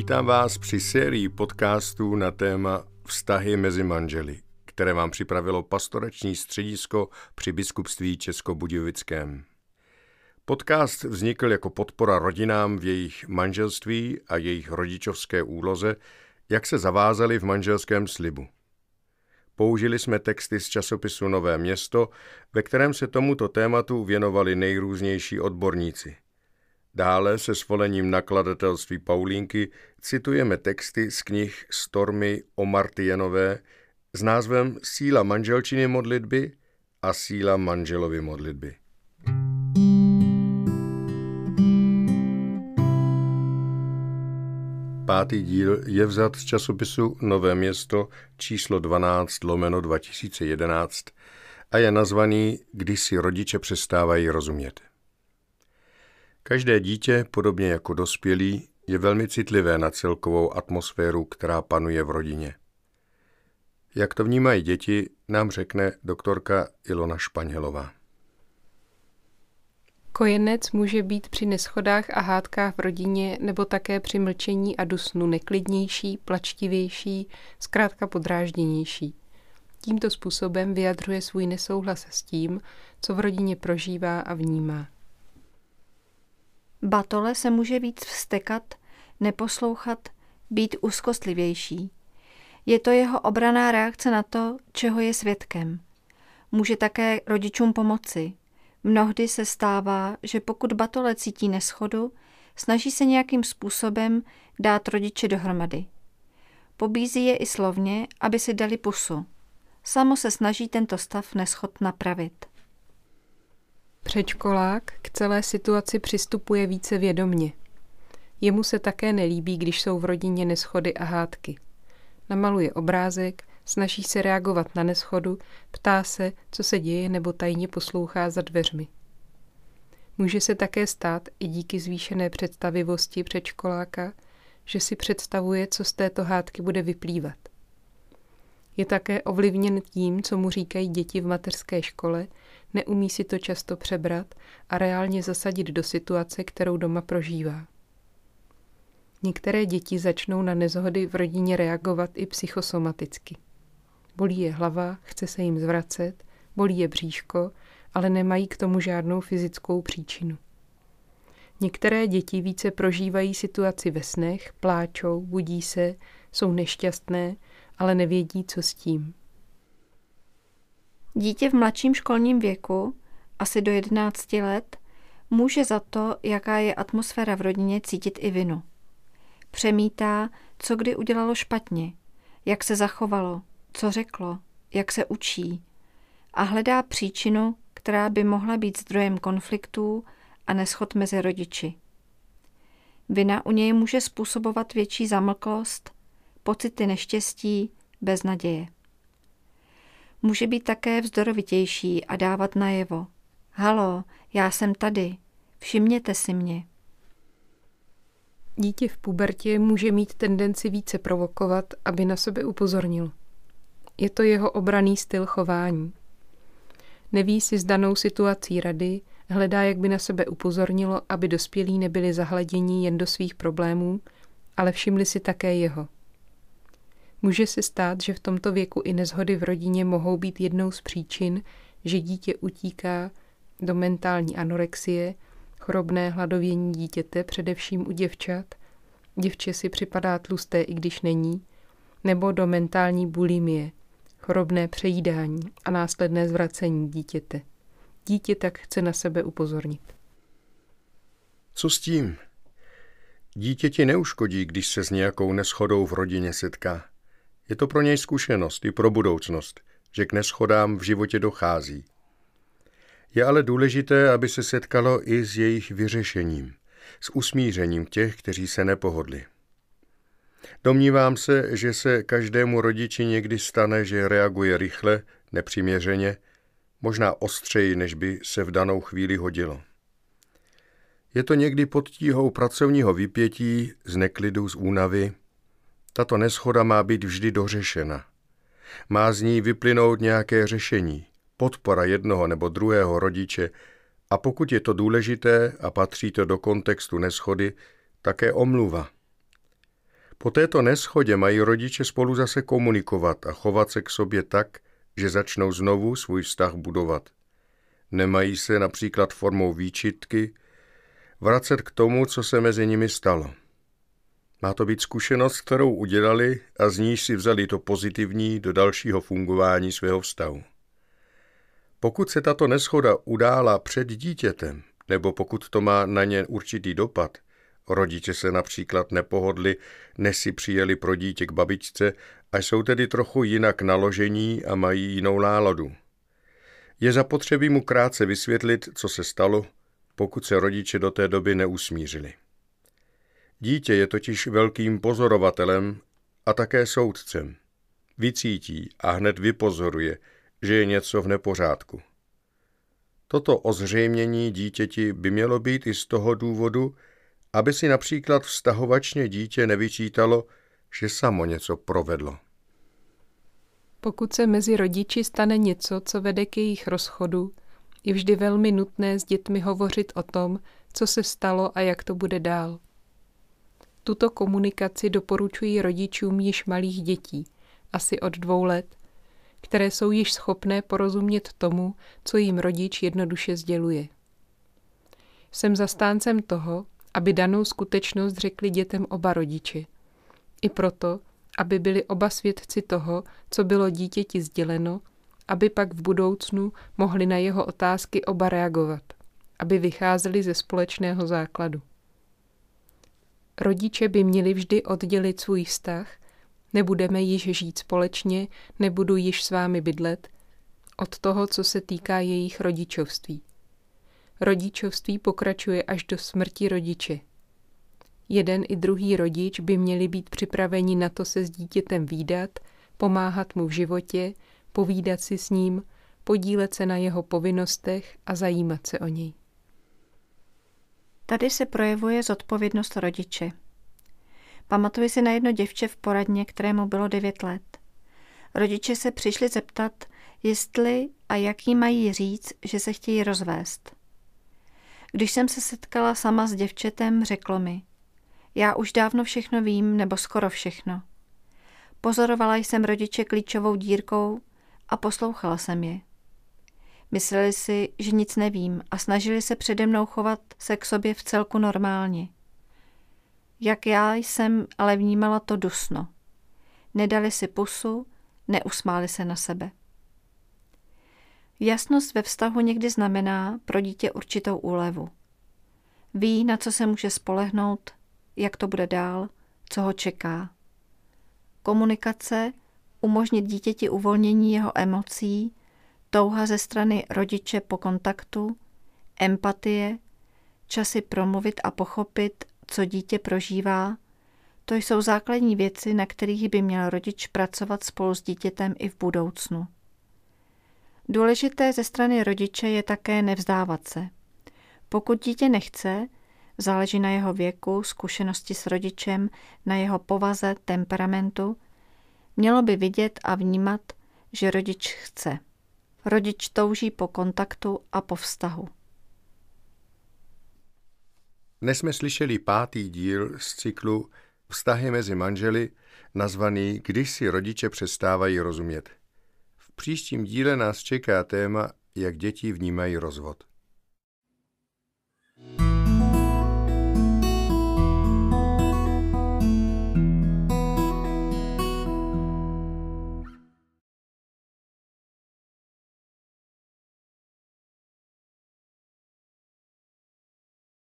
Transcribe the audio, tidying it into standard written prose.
Vítám vás při sérii podcastů na téma Vztahy mezi manželi, které vám připravilo pastorační středisko při biskupství Českobudějovickém. Podcast vznikl jako podpora rodinám v jejich manželství a jejich rodičovské úloze, jak se zavázali v manželském slibu. Použili jsme texty z časopisu Nové město, ve kterém se tomuto tématu věnovali nejrůznější odborníci. Dále se svolením nakladatelství Paulínky citujeme texty z knih Stormy Omartyjenové s názvem Síla manželčiny modlitby a Síla manželovy modlitby. Pátý díl je vzat z časopisu Nové město číslo 12/2011 a je nazvaný Kdy si rodiče přestávají rozumět. Každé dítě, podobně jako dospělí, je velmi citlivé na celkovou atmosféru, která panuje v rodině. Jak to vnímají děti, nám řekne doktorka Ilona Španělová. Kojenec může být při neshodách a hádkách v rodině nebo také při mlčení a dusnu neklidnější, plačtivější, zkrátka podrážděnější. Tímto způsobem vyjadřuje svůj nesouhlas s tím, co v rodině prožívá a vnímá. Batole se může víc vztekat, neposlouchat, být úzkostlivější. Je to jeho obranná reakce na to, čeho je svědkem. Může také rodičům pomoci. Mnohdy se stává, že pokud batole cítí neshodu, snaží se nějakým způsobem dát rodiče dohromady. Pobízí je i slovně, aby si dali pusu. Samo se snaží tento stav neschod napravit. Předškolák k celé situaci přistupuje více vědomně. Jemu se také nelíbí, když jsou v rodině neshody a hádky. Namaluje obrázek, snaží se reagovat na neshodu, ptá se, co se děje, nebo tajně poslouchá za dveřmi. Může se také stát, i díky zvýšené představivosti předškoláka, že si představuje, co z této hádky bude vyplývat. Je také ovlivněn tím, co mu říkají děti v mateřské škole, neumí si to často přebrat a reálně zasadit do situace, kterou doma prožívá. Některé děti začnou na neshody v rodině reagovat i psychosomaticky. Bolí je hlava, chce se jim zvracet, bolí je bříško, ale nemají k tomu žádnou fyzickou příčinu. Některé děti více prožívají situaci ve snech, pláčou, budí se, jsou nešťastné, ale nevědí, co s tím. Dítě v mladším školním věku, asi do 11 let, může za to, jaká je atmosféra v rodině, cítit i vinu. Přemítá, co kdy udělalo špatně, jak se zachovalo, co řeklo, jak se učí a hledá příčinu, která by mohla být zdrojem konfliktů a neshod mezi rodiči. Vina u něj může způsobovat větší zamlklost, pocity neštěstí, beznaděje. Může být také vzdorovitější a dávat najevo. Halo, já jsem tady, všimněte si mě. Dítě v pubertě může mít tendenci více provokovat, aby na sebe upozornil. Je to jeho obranný styl chování. Neví si s danou situací rady, hledá, jak by na sebe upozornilo, aby dospělí nebyli zahleděni jen do svých problémů, ale všimli si také jeho. Může se stát, že v tomto věku i neshody v rodině mohou být jednou z příčin, že dítě utíká do mentální anorexie, chorobné hladovění dítěte, především u děvčat, děvče si připadá tlusté, i když není, nebo do mentální bulimie, chorobné přejídání a následné zvracení dítěte. Dítě tak chce na sebe upozornit. Co s tím? Dítěti neuškodí, když se s nějakou neshodou v rodině setká. Je to pro něj zkušenost i pro budoucnost, že k neshodám v životě dochází. Je ale důležité, aby se setkalo i s jejich vyřešením, s usmířením těch, kteří se nepohodli. Domnívám se, že se každému rodiči někdy stane, že reaguje rychle, nepřiměřeně, možná ostřeji, než by se v danou chvíli hodilo. Je to někdy pod tíhou pracovního vypětí, z neklidu, z únavy. Tato neshoda má být vždy dořešena. Má z ní vyplynout nějaké řešení, podpora jednoho nebo druhého rodiče a pokud je to důležité a patří to do kontextu neshody, také omluva. Po této neshodě mají rodiče spolu zase komunikovat a chovat se k sobě tak, že začnou znovu svůj vztah budovat. Nemají se například formou výčitky vracet k tomu, co se mezi nimi stalo. Má to být zkušenost, kterou udělali a z níž si vzali to pozitivní do dalšího fungování svého vztahu. Pokud se tato neshoda udála před dítětem, nebo pokud to má na ně určitý dopad, rodiče se například nepohodli, než si přijeli pro dítě k babičce a jsou tedy trochu jinak naložení a mají jinou náladu. Je zapotřebí mu krátce vysvětlit, co se stalo, pokud se rodiče do té doby neusmířili. Dítě je totiž velkým pozorovatelem a také soudcem. Vycítí a hned vypozoruje, že je něco v nepořádku. Toto ozřejmění dítěti by mělo být i z toho důvodu, aby si například vztahovačně dítě nevyčítalo, že samo něco provedlo. Pokud se mezi rodiči stane něco, co vede k jejich rozchodu, je vždy velmi nutné s dětmi hovořit o tom, co se stalo a jak to bude dál. Tuto komunikaci doporučují rodičům již malých dětí, asi od 2 let, které jsou již schopné porozumět tomu, co jim rodič jednoduše sděluje. Jsem zastáncem toho, aby danou skutečnost řekli dětem oba rodiče. I proto, aby byli oba svědci toho, co bylo dítěti sděleno, aby pak v budoucnu mohli na jeho otázky oba reagovat, aby vycházeli ze společného základu. Rodiče by měli vždy oddělit svůj vztah, nebudeme již žít společně, nebudu již s vámi bydlet, od toho, co se týká jejich rodičovství. Rodičovství pokračuje až do smrti rodiče. Jeden i druhý rodič by měli být připraveni na to se s dítětem vídat, pomáhat mu v životě, povídat si s ním, podílet se na jeho povinnostech a zajímat se o něj. Tady se projevuje zodpovědnost rodiče. Pamatuji si na jedno děvče v poradně, kterému bylo 9 let. Rodiče se přišli zeptat, jestli a jak jí mají říct, že se chtějí rozvést. Když jsem se setkala sama s děvčetem, řeklo mi: já už dávno všechno vím, nebo skoro všechno. Pozorovala jsem rodiče klíčovou dírkou a poslouchala jsem je. Mysleli si, že nic nevím a snažili se přede mnou chovat se k sobě v celku normálně. Jak já jsem ale vnímala to dusno. Nedali si pusu, neusmáli se na sebe. Jasnost ve vztahu někdy znamená pro dítě určitou úlevu. Ví, na co se může spolehnout, jak to bude dál, co ho čeká. Komunikace, umožnit dítěti uvolnění jeho emocí, touha ze strany rodiče po kontaktu, empatie, časy promluvit a pochopit, co dítě prožívá, to jsou základní věci, na kterých by měl rodič pracovat spolu s dítětem i v budoucnu. Důležité ze strany rodiče je také nevzdávat se. Pokud dítě nechce, záleží na jeho věku, zkušenosti s rodičem, na jeho povaze, temperamentu, mělo by vidět a vnímat, že rodič chce. Rodič touží po kontaktu a po vztahu. Dnes jsme slyšeli 5. díl z cyklu Vztahy mezi manželi, nazvaný Když si rodiče přestávají rozumět. V příštím díle nás čeká téma, jak děti vnímají rozvod.